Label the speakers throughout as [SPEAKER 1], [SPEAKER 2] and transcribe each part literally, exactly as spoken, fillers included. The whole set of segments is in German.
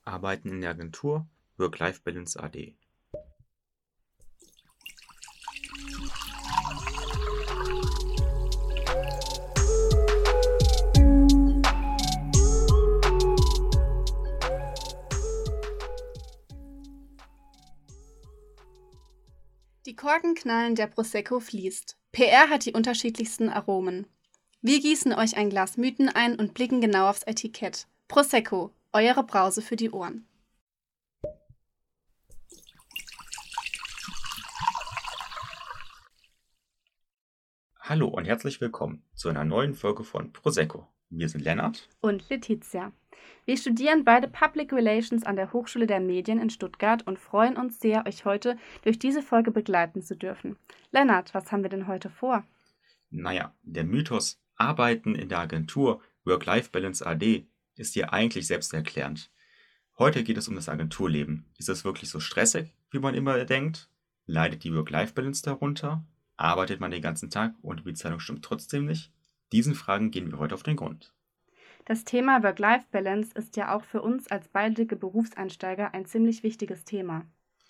[SPEAKER 1] Arbeiten in der Agentur Work-Life-Balance A D.
[SPEAKER 2] Die Korken knallen, der Prosecco fließt. P R hat die unterschiedlichsten Aromen. Wir gießen euch ein Glas Mythen ein und blicken genau aufs Etikett. Prosecco, eure Brause für die Ohren.
[SPEAKER 1] Hallo und herzlich willkommen zu einer neuen Folge von Prosecco. Wir sind Lennart
[SPEAKER 2] und Letizia. Wir studieren beide Public Relations an der Hochschule der Medien in Stuttgart und freuen uns sehr, euch heute durch diese Folge begleiten zu dürfen. Lennart, was haben wir denn heute vor?
[SPEAKER 1] Naja, der Mythos Arbeiten in der Agentur Work-Life-Balance A D ist hier eigentlich selbsterklärend. Heute geht es um das Agenturleben. Ist es wirklich so stressig, wie man immer denkt? Leidet die Work-Life-Balance darunter? Arbeitet man den ganzen Tag und die Bezahlung stimmt trotzdem nicht? Diesen Fragen gehen wir heute auf den Grund.
[SPEAKER 2] Das Thema Work-Life-Balance ist ja auch für uns als baldige Berufseinsteiger ein ziemlich wichtiges Thema.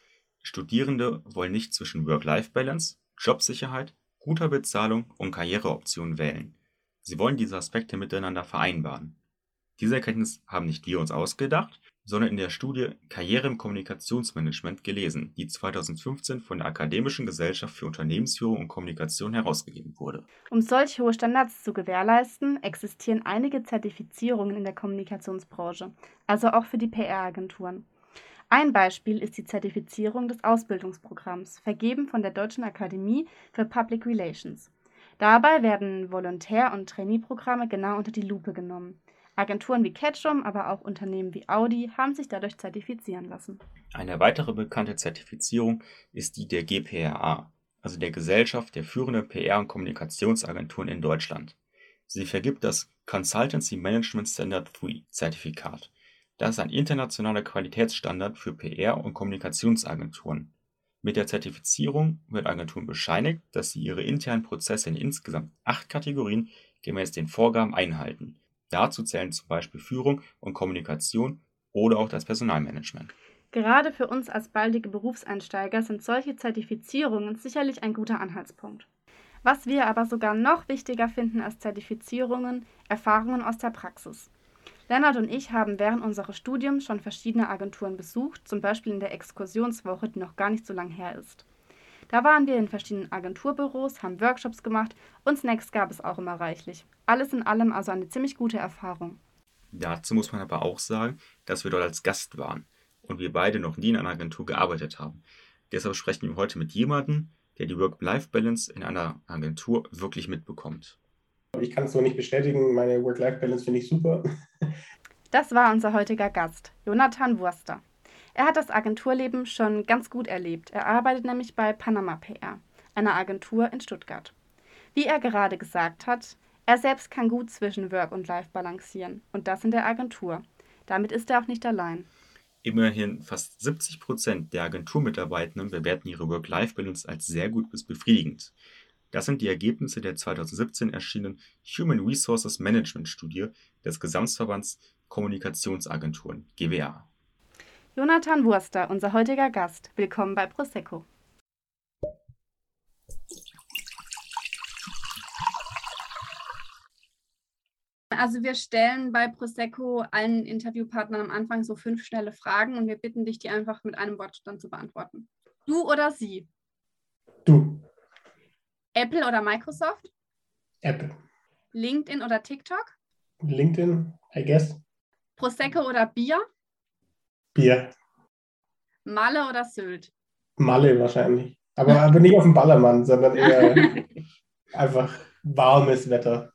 [SPEAKER 1] Studierende wollen nicht zwischen Work-Life-Balance, Jobsicherheit, guter Bezahlung und Karriereoptionen wählen. Sie wollen diese Aspekte miteinander vereinbaren. Diese Erkenntnis haben nicht wir uns ausgedacht, sondern in der Studie Karriere im Kommunikationsmanagement gelesen, die zweitausendfünfzehn von der Akademischen Gesellschaft für Unternehmensführung und Kommunikation herausgegeben wurde.
[SPEAKER 2] Um solch hohe Standards zu gewährleisten, existieren einige Zertifizierungen in der Kommunikationsbranche, also auch für die P R-Agenturen. Ein Beispiel ist die Zertifizierung des Ausbildungsprogramms, vergeben von der Deutschen Akademie für Public Relations. Dabei werden Volontär- und Trainee-Programme genau unter die Lupe genommen. Agenturen wie Ketchum, aber auch Unternehmen wie Audi haben sich dadurch zertifizieren lassen.
[SPEAKER 1] Eine weitere bekannte Zertifizierung ist die der G P R A, also der Gesellschaft der führenden P R- und Kommunikationsagenturen in Deutschland. Sie vergibt das Consultancy Management Standard drei Zertifikat. Das ist ein internationaler Qualitätsstandard für P R- und Kommunikationsagenturen. Mit der Zertifizierung wird Agenturen bescheinigt, dass sie ihre internen Prozesse in insgesamt acht Kategorien gemäß den Vorgaben einhalten. Dazu zählen zum Beispiel Führung und Kommunikation oder auch das Personalmanagement.
[SPEAKER 2] Gerade für uns als baldige Berufseinsteiger sind solche Zertifizierungen sicherlich ein guter Anhaltspunkt. Was wir aber sogar noch wichtiger finden als Zertifizierungen, Erfahrungen aus der Praxis. Lennart und ich haben während unseres Studiums schon verschiedene Agenturen besucht, zum Beispiel in der Exkursionswoche, die noch gar nicht so lang her ist. Da waren wir in verschiedenen Agenturbüros, haben Workshops gemacht und Snacks gab es auch immer reichlich. Alles in allem also eine ziemlich gute Erfahrung.
[SPEAKER 1] Dazu muss man aber auch sagen, dass wir dort als Gast waren und wir beide noch nie in einer Agentur gearbeitet haben. Deshalb sprechen wir heute mit jemandem, der die Work-Life-Balance in einer Agentur wirklich mitbekommt.
[SPEAKER 3] Ich kann es so nicht bestätigen, meine Work-Life-Balance finde ich super.
[SPEAKER 2] Das war unser heutiger Gast, Jonathan Wurster. Er hat das Agenturleben schon ganz gut erlebt. Er arbeitet nämlich bei Panama P R, einer Agentur in Stuttgart. Wie er gerade gesagt hat, er selbst kann gut zwischen Work und Life balancieren und das in der Agentur. Damit ist er auch nicht allein.
[SPEAKER 1] Immerhin fast siebzig Prozent der Agenturmitarbeitenden bewerten ihre Work-Life-Balance als sehr gut bis befriedigend. Das sind die Ergebnisse der zweitausendsiebzehn erschienenen Human Resources Management Studie des Gesamtverbands Kommunikationsagenturen, G W A.
[SPEAKER 2] Jonathan Wurster, unser heutiger Gast. Willkommen bei Prosecco. Also wir stellen bei Prosecco allen Interviewpartnern am Anfang so fünf schnelle Fragen und wir bitten dich, die einfach mit einem Wort dann zu beantworten. Du oder sie?
[SPEAKER 3] Du.
[SPEAKER 2] Apple oder Microsoft?
[SPEAKER 3] Apple.
[SPEAKER 2] LinkedIn oder TikTok?
[SPEAKER 3] LinkedIn, I guess.
[SPEAKER 2] Prosecco oder Bier?
[SPEAKER 3] Bier.
[SPEAKER 2] Malle oder Sylt?
[SPEAKER 3] Malle wahrscheinlich. Aber, aber nicht auf dem Ballermann, sondern eher einfach warmes Wetter.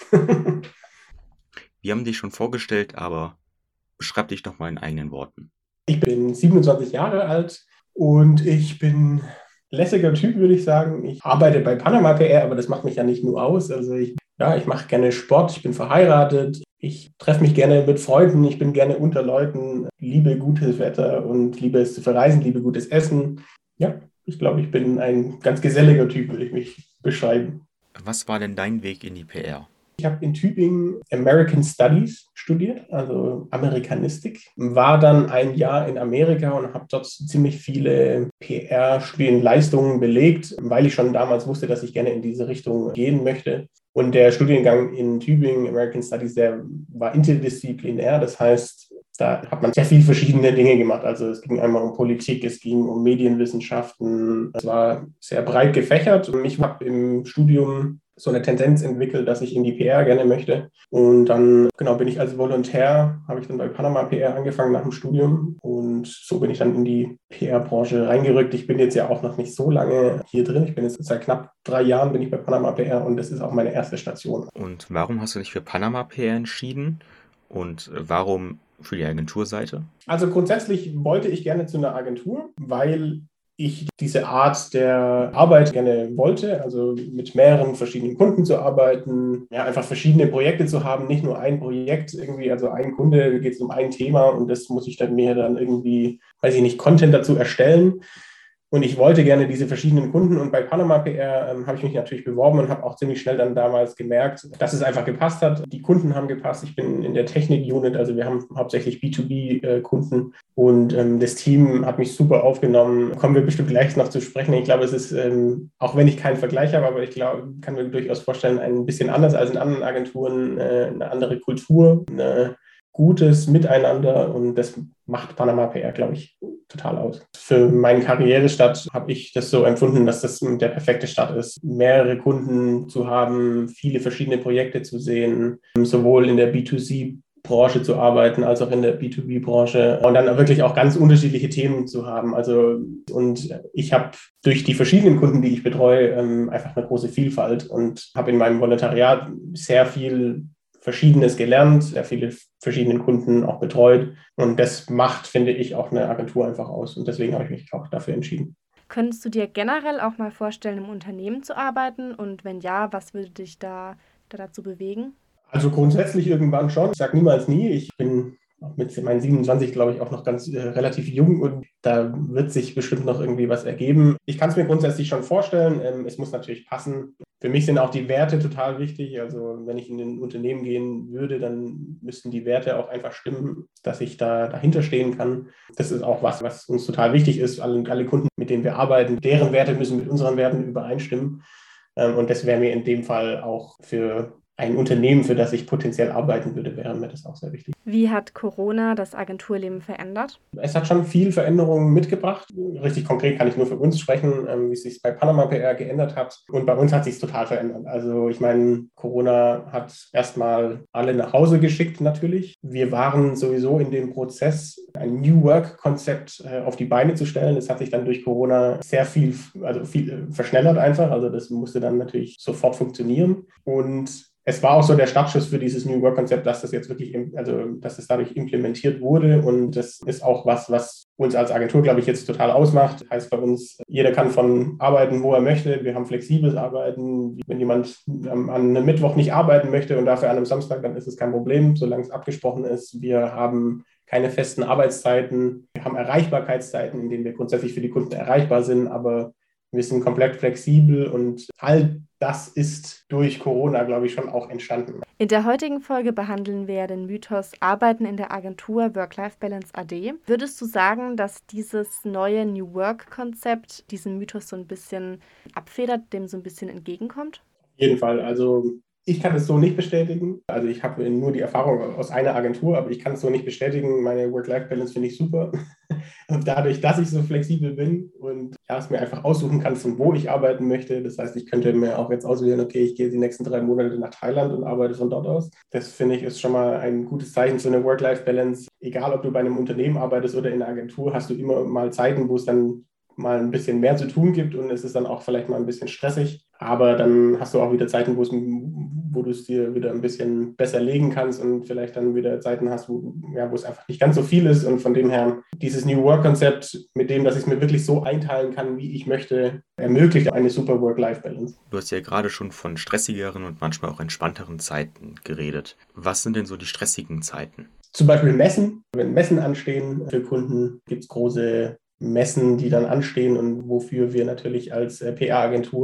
[SPEAKER 1] Wir haben dich schon vorgestellt, aber beschreib dich doch mal in eigenen Worten.
[SPEAKER 3] Ich bin siebenundzwanzig Jahre alt und ich bin lässiger Typ, würde ich sagen. Ich arbeite bei Panama P R, aber das macht mich ja nicht nur aus. Also ich, ja, ich mache gerne Sport, ich bin verheiratet, ich treffe mich gerne mit Freunden, ich bin gerne unter Leuten, liebe gutes Wetter und liebe es zu verreisen, liebe gutes Essen. Ja, ich glaube, ich bin ein ganz geselliger Typ, würde ich mich beschreiben.
[SPEAKER 1] Was war denn dein Weg in die P R?
[SPEAKER 3] Ich habe in Tübingen American Studies studiert, also Amerikanistik, war dann ein Jahr in Amerika und habe dort ziemlich viele P R-Studienleistungen belegt, weil ich schon damals wusste, dass ich gerne in diese Richtung gehen möchte. Und der Studiengang in Tübingen, American Studies, der war interdisziplinär. Das heißt, da hat man sehr viele verschiedene Dinge gemacht. Also es ging einmal um Politik, es ging um Medienwissenschaften. Es war sehr breit gefächert. Und ich habe im Studium so eine Tendenz entwickelt, dass ich in die P R gerne möchte. Und dann genau bin ich als Volontär, habe ich dann bei Panama P R angefangen nach dem Studium. Und so bin ich dann in die P R-Branche reingerückt. Ich bin jetzt ja auch noch nicht so lange hier drin. Ich bin jetzt seit knapp drei Jahren bin ich bei Panama P R und das ist auch meine erste Station.
[SPEAKER 1] Und warum hast du dich für Panama P R entschieden? Und warum für die Agenturseite?
[SPEAKER 3] Also grundsätzlich wollte ich gerne zu einer Agentur, weil ich diese Art der Arbeit gerne wollte, also mit mehreren verschiedenen Kunden zu arbeiten, ja, einfach verschiedene Projekte zu haben, nicht nur ein Projekt irgendwie, also ein Kunde, da geht es um ein Thema und das muss ich dann mir dann irgendwie, weiß ich nicht, Content dazu erstellen. Und ich wollte gerne diese verschiedenen Kunden und bei Panama P R ähm, habe ich mich natürlich beworben und habe auch ziemlich schnell dann damals gemerkt, dass es einfach gepasst hat. Die Kunden haben gepasst. Ich bin in der Technik-Unit, also wir haben hauptsächlich B zwei B-Kunden und ähm, das Team hat mich super aufgenommen. Kommen wir bestimmt gleich noch zu sprechen. Ich glaube, es ist, ähm, auch wenn ich keinen Vergleich habe, aber ich glaube, kann mir durchaus vorstellen, ein bisschen anders als in anderen Agenturen, äh, eine andere Kultur, eine gutes Miteinander und das macht Panama P R, glaube ich, total aus. Für meinen Karrierestart habe ich das so empfunden, dass das der perfekte Start ist, mehrere Kunden zu haben, viele verschiedene Projekte zu sehen, sowohl in der B zwei C Branche zu arbeiten, als auch in der B zwei B-Branche und dann wirklich auch ganz unterschiedliche Themen zu haben. Also und ich habe durch die verschiedenen Kunden, die ich betreue, einfach eine große Vielfalt und habe in meinem Volontariat sehr viel Verschiedenes gelernt, sehr viele verschiedene Kunden auch betreut und das macht, finde ich, auch eine Agentur einfach aus und deswegen habe ich mich auch dafür entschieden.
[SPEAKER 2] Könntest du dir generell auch mal vorstellen, im Unternehmen zu arbeiten und wenn ja, was würde dich da, da dazu bewegen?
[SPEAKER 3] Also grundsätzlich irgendwann schon. Ich sage niemals nie. Ich bin mit meinen siebenundzwanzig, glaube ich, auch noch ganz äh, relativ jung und da wird sich bestimmt noch irgendwie was ergeben. Ich kann es mir grundsätzlich schon vorstellen. Ähm, es muss natürlich passen. Für mich sind auch die Werte total wichtig. Also wenn ich in ein Unternehmen gehen würde, dann müssten die Werte auch einfach stimmen, dass ich da dahinter stehen kann. Das ist auch was, was uns total wichtig ist. Alle, alle Kunden, mit denen wir arbeiten, deren Werte müssen mit unseren Werten übereinstimmen. Ähm, und das wäre mir in dem Fall auch für ein Unternehmen, für das ich potenziell arbeiten würde, wäre mir das auch sehr wichtig.
[SPEAKER 2] Wie hat Corona das Agenturleben verändert?
[SPEAKER 3] Es hat schon viel Veränderungen mitgebracht. Richtig konkret kann ich nur für uns sprechen, wie es sich bei Panama P R geändert hat. Und bei uns hat es sich total verändert. Also ich meine, Corona hat erstmal alle nach Hause geschickt natürlich. Wir waren sowieso in dem Prozess, ein New Work-Konzept auf die Beine zu stellen. Das hat sich dann durch Corona sehr viel, also viel verschnellert einfach. Also das musste dann natürlich sofort funktionieren. Und es war auch so der Startschuss für dieses New Work-Konzept, dass das jetzt wirklich, also dass das dadurch implementiert wurde und das ist auch was, was uns als Agentur, glaube ich, jetzt total ausmacht. Das heißt bei uns, jeder kann von arbeiten, wo er möchte. Wir haben flexibles Arbeiten. Wenn jemand an einem Mittwoch nicht arbeiten möchte und dafür an einem Samstag, dann ist es kein Problem, solange es abgesprochen ist. Wir haben keine festen Arbeitszeiten. Wir haben Erreichbarkeitszeiten, in denen wir grundsätzlich für die Kunden erreichbar sind, aber wir sind komplett flexibel und all das ist durch Corona, glaube ich, schon auch entstanden.
[SPEAKER 2] In der heutigen Folge behandeln wir den Mythos Arbeiten in der Agentur Work-Life-Balance A D. Würdest du sagen, dass dieses neue New Work-Konzept diesen Mythos so ein bisschen abfedert, dem so ein bisschen entgegenkommt?
[SPEAKER 3] Auf jeden Fall. Also ich kann es so nicht bestätigen. Also ich habe nur die Erfahrung aus einer Agentur, aber ich kann es so nicht bestätigen. Meine Work-Life-Balance finde ich super. Und dadurch, dass ich so flexibel bin und ja, es mir einfach aussuchen kann, von wo ich arbeiten möchte. Das heißt, ich könnte mir auch jetzt auswählen, okay, ich gehe die nächsten drei Monate nach Thailand und arbeite von dort aus. Das finde ich ist schon mal ein gutes Zeichen für eine Work-Life-Balance. Egal, ob du bei einem Unternehmen arbeitest oder in einer Agentur, hast du immer mal Zeiten, wo es dann mal ein bisschen mehr zu tun gibt und es ist dann auch vielleicht mal ein bisschen stressig. Aber dann hast du auch wieder Zeiten, wo es, wo du es dir wieder ein bisschen besser legen kannst und vielleicht dann wieder Zeiten hast, wo, ja, wo es einfach nicht ganz so viel ist. Und von dem her, dieses New Work-Konzept, mit dem, dass ich es mir wirklich so einteilen kann, wie ich möchte, ermöglicht eine super Work-Life-Balance.
[SPEAKER 1] Du hast ja gerade schon von stressigeren und manchmal auch entspannteren Zeiten geredet. Was sind denn so die stressigen Zeiten?
[SPEAKER 3] Zum Beispiel Messen. Wenn Messen anstehen für Kunden, gibt es große Messen, die dann anstehen und wofür wir natürlich als P R-Agentur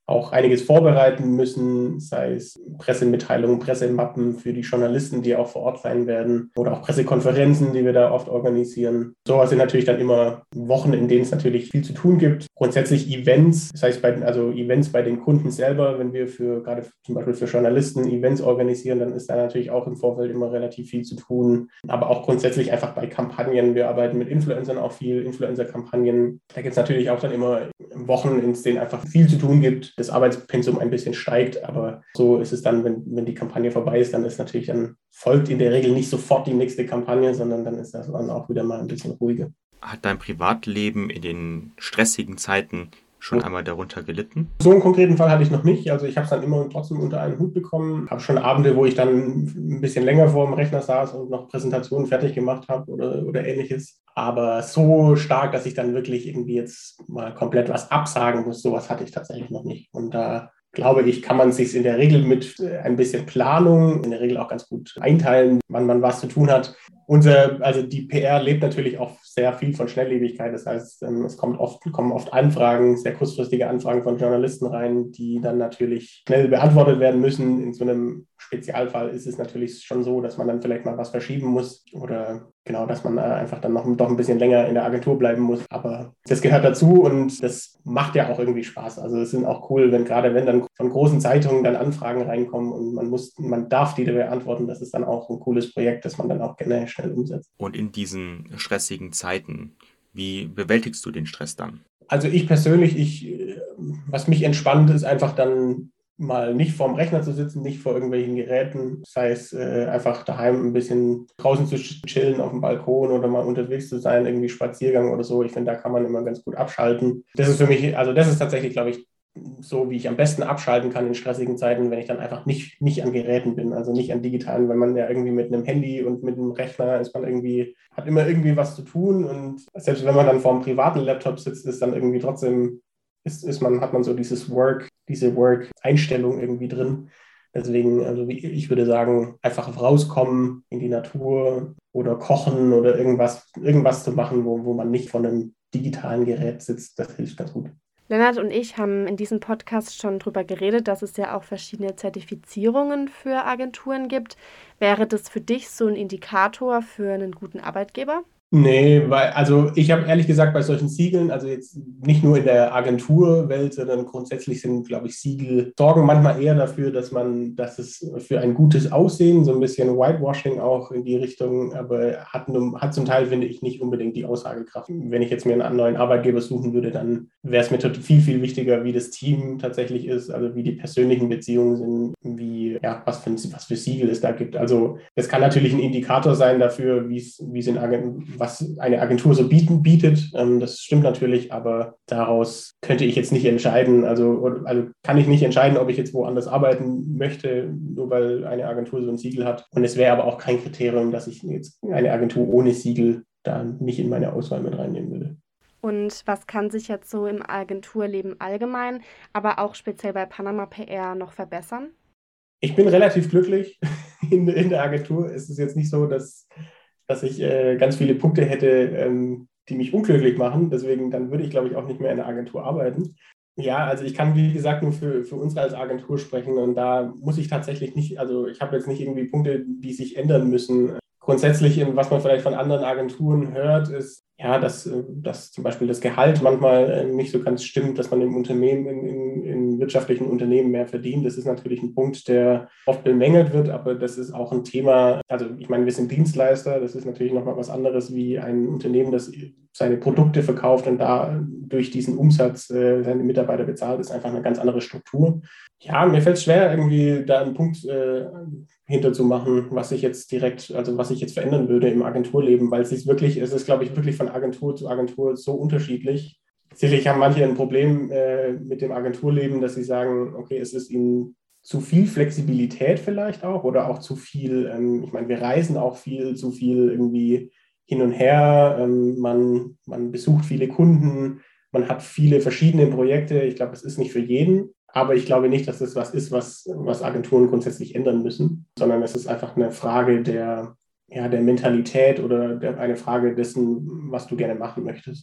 [SPEAKER 3] auch einiges vorbereiten müssen, sei es Pressemitteilungen, Pressemappen für die Journalisten, die auch vor Ort sein werden oder auch Pressekonferenzen, die wir da oft organisieren. Sowas sind natürlich dann immer Wochen, in denen es natürlich viel zu tun gibt. Grundsätzlich Events, das heißt bei, also Events bei den Kunden selber, wenn wir für gerade zum Beispiel für Journalisten Events organisieren, dann ist da natürlich auch im Vorfeld immer relativ viel zu tun. Aber auch grundsätzlich einfach bei Kampagnen. Wir arbeiten mit Influencern auch viel, Influencer-Kampagnen. Da gibt es natürlich auch dann immer Wochen, in denen einfach viel zu tun gibt, das Arbeitspensum ein bisschen steigt, aber so ist es dann, wenn, wenn die Kampagne vorbei ist, dann ist natürlich, dann folgt in der Regel nicht sofort die nächste Kampagne, sondern dann ist das dann auch wieder mal ein bisschen ruhiger.
[SPEAKER 1] Hat dein Privatleben in den stressigen Zeiten schon einmal darunter gelitten?
[SPEAKER 3] So einen konkreten Fall hatte ich noch nicht. Also ich habe es dann immer trotzdem unter einen Hut bekommen. Ich habe schon Abende, wo ich dann ein bisschen länger vor dem Rechner saß und noch Präsentationen fertig gemacht habe oder, oder ähnliches. Aber so stark, dass ich dann wirklich irgendwie jetzt mal komplett was absagen muss, sowas hatte ich tatsächlich noch nicht. Und da glaube ich, kann man sich in der Regel mit ein bisschen Planung in der Regel auch ganz gut einteilen, wann man was zu tun hat. Unser, also die P R lebt natürlich auch sehr viel von Schnelllebigkeit. Das heißt, es kommt oft, kommen oft Anfragen, sehr kurzfristige Anfragen von Journalisten rein, die dann natürlich schnell beantwortet werden müssen. In so einem Spezialfall ist es natürlich schon so, dass man dann vielleicht mal was verschieben muss oder genau, dass man einfach dann noch doch ein bisschen länger in der Agentur bleiben muss. Aber das gehört dazu und das macht ja auch irgendwie Spaß. Also es sind auch cool, wenn gerade wenn dann von großen Zeitungen dann Anfragen reinkommen und man muss, man darf die beantworten. Das ist dann auch ein cooles Projekt, das man dann auch gerne schnell umsetzt.
[SPEAKER 1] Und in diesen stressigen Zeiten, wie bewältigst du den Stress dann?
[SPEAKER 3] Also ich persönlich, ich, was mich entspannt, ist einfach dann mal nicht vorm Rechner zu sitzen, nicht vor irgendwelchen Geräten, sei es äh, einfach daheim ein bisschen draußen zu chillen auf dem Balkon oder mal unterwegs zu sein, irgendwie Spaziergang oder so. Ich finde, da kann man immer ganz gut abschalten. Das ist für mich, also das ist tatsächlich, glaube ich, so, wie ich am besten abschalten kann in stressigen Zeiten, wenn ich dann einfach nicht, nicht an Geräten bin, also nicht an digitalen, weil man ja irgendwie mit einem Handy und mit einem Rechner ist man irgendwie, hat immer irgendwie was zu tun und selbst wenn man dann vor einem privaten Laptop sitzt, ist dann irgendwie trotzdem, ist, ist man, hat man so dieses Work, diese Work-Einstellung irgendwie drin. Deswegen, also ich würde sagen, einfach rauskommen in die Natur oder kochen oder irgendwas, irgendwas zu machen, wo, wo man nicht vor einem digitalen Gerät sitzt, das hilft ganz gut.
[SPEAKER 2] Lennart und ich haben in diesem Podcast schon darüber geredet, dass es ja auch verschiedene Zertifizierungen für Agenturen gibt. Wäre das für dich so ein Indikator für einen guten Arbeitgeber?
[SPEAKER 3] Nee, weil, also ich habe ehrlich gesagt bei solchen Siegeln, also jetzt nicht nur in der Agenturwelt, sondern grundsätzlich sind, glaube ich, Siegel sorgen manchmal eher dafür, dass man, dass es für ein gutes Aussehen, so ein bisschen Whitewashing auch in die Richtung, aber hat, hat zum Teil, finde ich, nicht unbedingt die Aussagekraft. Wenn ich jetzt mir einen neuen Arbeitgeber suchen würde, dann wäre es mir viel, viel wichtiger, wie das Team tatsächlich ist, also wie die persönlichen Beziehungen sind, wie, ja, was für, was für Siegel es da gibt. Also das kann natürlich ein Indikator sein dafür, wie es, wie es in Agenturen, was eine Agentur so bieten, bietet. Ähm, das stimmt natürlich, aber daraus könnte ich jetzt nicht entscheiden. Also, also kann ich nicht entscheiden, ob ich jetzt woanders arbeiten möchte, nur weil eine Agentur so ein Siegel hat. Und es wäre aber auch kein Kriterium, dass ich jetzt eine Agentur ohne Siegel da nicht in meine Auswahl mit reinnehmen würde.
[SPEAKER 2] Und was kann sich jetzt so im Agenturleben allgemein, aber auch speziell bei Panama P R noch verbessern?
[SPEAKER 3] Ich bin relativ glücklich in, in der Agentur. Es ist jetzt nicht so, dass dass ich äh, ganz viele Punkte hätte, ähm, die mich unglücklich machen. Deswegen, dann würde ich, glaube ich, auch nicht mehr in der Agentur arbeiten. Ja, also ich kann, wie gesagt, nur für, für uns als Agentur sprechen und da muss ich tatsächlich nicht, also ich habe jetzt nicht irgendwie Punkte, die sich ändern müssen. Grundsätzlich, was man vielleicht von anderen Agenturen hört, ist, ja, dass, dass zum Beispiel das Gehalt manchmal nicht so ganz stimmt, dass man im Unternehmen, in, in, in wirtschaftlichen Unternehmen mehr verdient. Das ist natürlich ein Punkt, der oft bemängelt wird, aber das ist auch ein Thema. Also ich meine, wir sind Dienstleister, das ist natürlich nochmal was anderes wie ein Unternehmen, das seine Produkte verkauft und da durch diesen Umsatz äh, seine Mitarbeiter bezahlt, ist einfach eine ganz andere Struktur. Ja, mir fällt es schwer, irgendwie da einen Punkt äh, hinterzumachen, was ich jetzt direkt, also was ich jetzt verändern würde im Agenturleben, weil es ist wirklich, es ist, glaube ich, wirklich von Agentur zu Agentur so unterschiedlich. Sicherlich haben manche ein Problem äh, mit dem Agenturleben, dass sie sagen, okay, es ist ihnen zu viel Flexibilität vielleicht auch oder auch zu viel, ähm, ich meine, wir reisen auch viel, zu viel irgendwie hin und her, ähm, man, man besucht viele Kunden, man hat viele verschiedene Projekte. Ich glaube, es ist nicht für jeden. Aber ich glaube nicht, dass das was ist, was, was Agenturen grundsätzlich ändern müssen, sondern es ist einfach eine Frage der, ja, der Mentalität oder der, eine Frage dessen, was du gerne machen möchtest.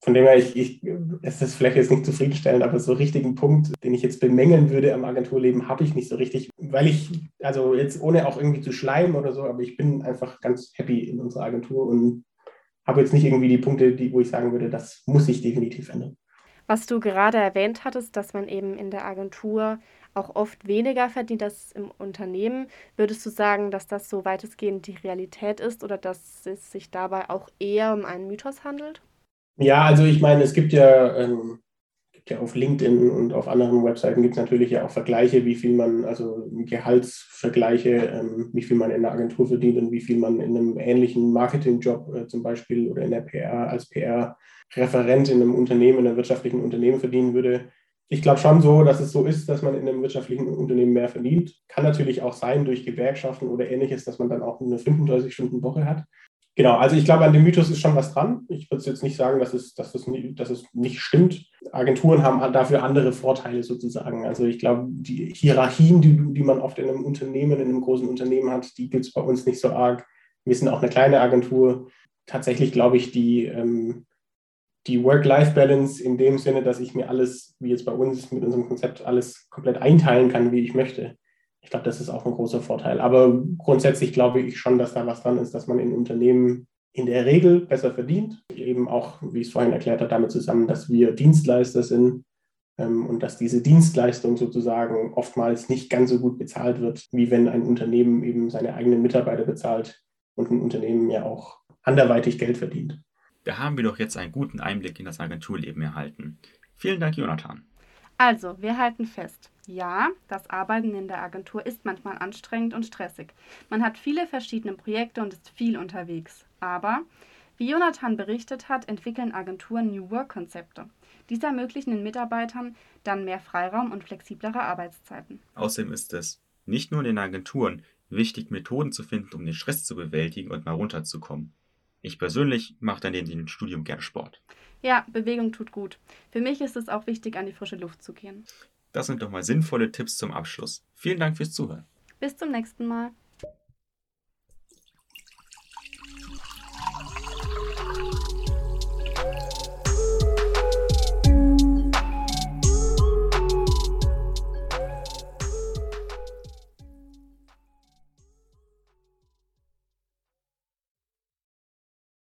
[SPEAKER 3] Von dem her, ich, ich, es ist vielleicht jetzt nicht zufriedenstellend, aber so richtigen Punkt, den ich jetzt bemängeln würde am Agenturleben, habe ich nicht so richtig, weil ich, also jetzt ohne auch irgendwie zu schleimen oder so, aber ich bin einfach ganz happy in unserer Agentur und habe jetzt nicht irgendwie die Punkte, die, wo ich sagen würde, das muss sich definitiv ändern.
[SPEAKER 2] Was du gerade erwähnt hattest, dass man eben in der Agentur auch oft weniger verdient als im Unternehmen, würdest du sagen, dass das so weitestgehend die Realität ist oder dass es sich dabei auch eher um einen Mythos handelt?
[SPEAKER 3] Ja, also ich meine, es gibt ja, ähm, gibt ja auf LinkedIn und auf anderen Webseiten gibt es natürlich ja auch Vergleiche, wie viel man, also Gehaltsvergleiche, ähm, wie viel man in der Agentur verdient und wie viel man in einem ähnlichen Marketingjob äh, zum Beispiel oder in der P R als P R-Referent in einem Unternehmen, in einem wirtschaftlichen Unternehmen verdienen würde. Ich glaube schon so, dass es so ist, dass man in einem wirtschaftlichen Unternehmen mehr verdient. Kann natürlich auch sein durch Gewerkschaften oder Ähnliches, dass man dann auch eine fünfunddreißig-Stunden-Woche hat. Genau, also ich glaube, an dem Mythos ist schon was dran. Ich würde jetzt nicht sagen, dass es, dass, es nicht, dass es nicht stimmt. Agenturen haben dafür andere Vorteile sozusagen. Also ich glaube, die Hierarchien, die, die man oft in einem Unternehmen, in einem großen Unternehmen hat, die gibt es bei uns nicht so arg. Wir sind auch eine kleine Agentur. Tatsächlich glaube ich, die, ähm, die Work-Life-Balance in dem Sinne, dass ich mir alles, wie jetzt bei uns mit unserem Konzept, alles komplett einteilen kann, wie ich möchte. Ich glaube, das ist auch ein großer Vorteil. Aber grundsätzlich glaube ich schon, dass da was dran ist, dass man in Unternehmen in der Regel besser verdient. Eben auch, wie ich es vorhin erklärt habe, damit zusammen, dass wir Dienstleister sind ähm, und dass diese Dienstleistung sozusagen oftmals nicht ganz so gut bezahlt wird, wie wenn ein Unternehmen eben seine eigenen Mitarbeiter bezahlt und ein Unternehmen ja auch anderweitig Geld verdient.
[SPEAKER 1] Da haben wir doch jetzt einen guten Einblick in das Agenturleben erhalten. Vielen Dank, Jonathan.
[SPEAKER 2] Also, wir halten fest. Ja, das Arbeiten in der Agentur ist manchmal anstrengend und stressig. Man hat viele verschiedene Projekte und ist viel unterwegs. Aber, wie Jonathan berichtet hat, entwickeln Agenturen New Work-Konzepte. Diese ermöglichen den Mitarbeitern dann mehr Freiraum und flexiblere Arbeitszeiten.
[SPEAKER 1] Außerdem ist es nicht nur in den Agenturen wichtig, Methoden zu finden, um den Stress zu bewältigen und mal runterzukommen. Ich persönlich mache dann in dem Studium gern Sport.
[SPEAKER 2] Ja, Bewegung tut gut. Für mich ist es auch wichtig, an die frische Luft zu gehen.
[SPEAKER 1] Das sind doch mal sinnvolle Tipps zum Abschluss. Vielen Dank fürs Zuhören.
[SPEAKER 2] Bis zum nächsten Mal.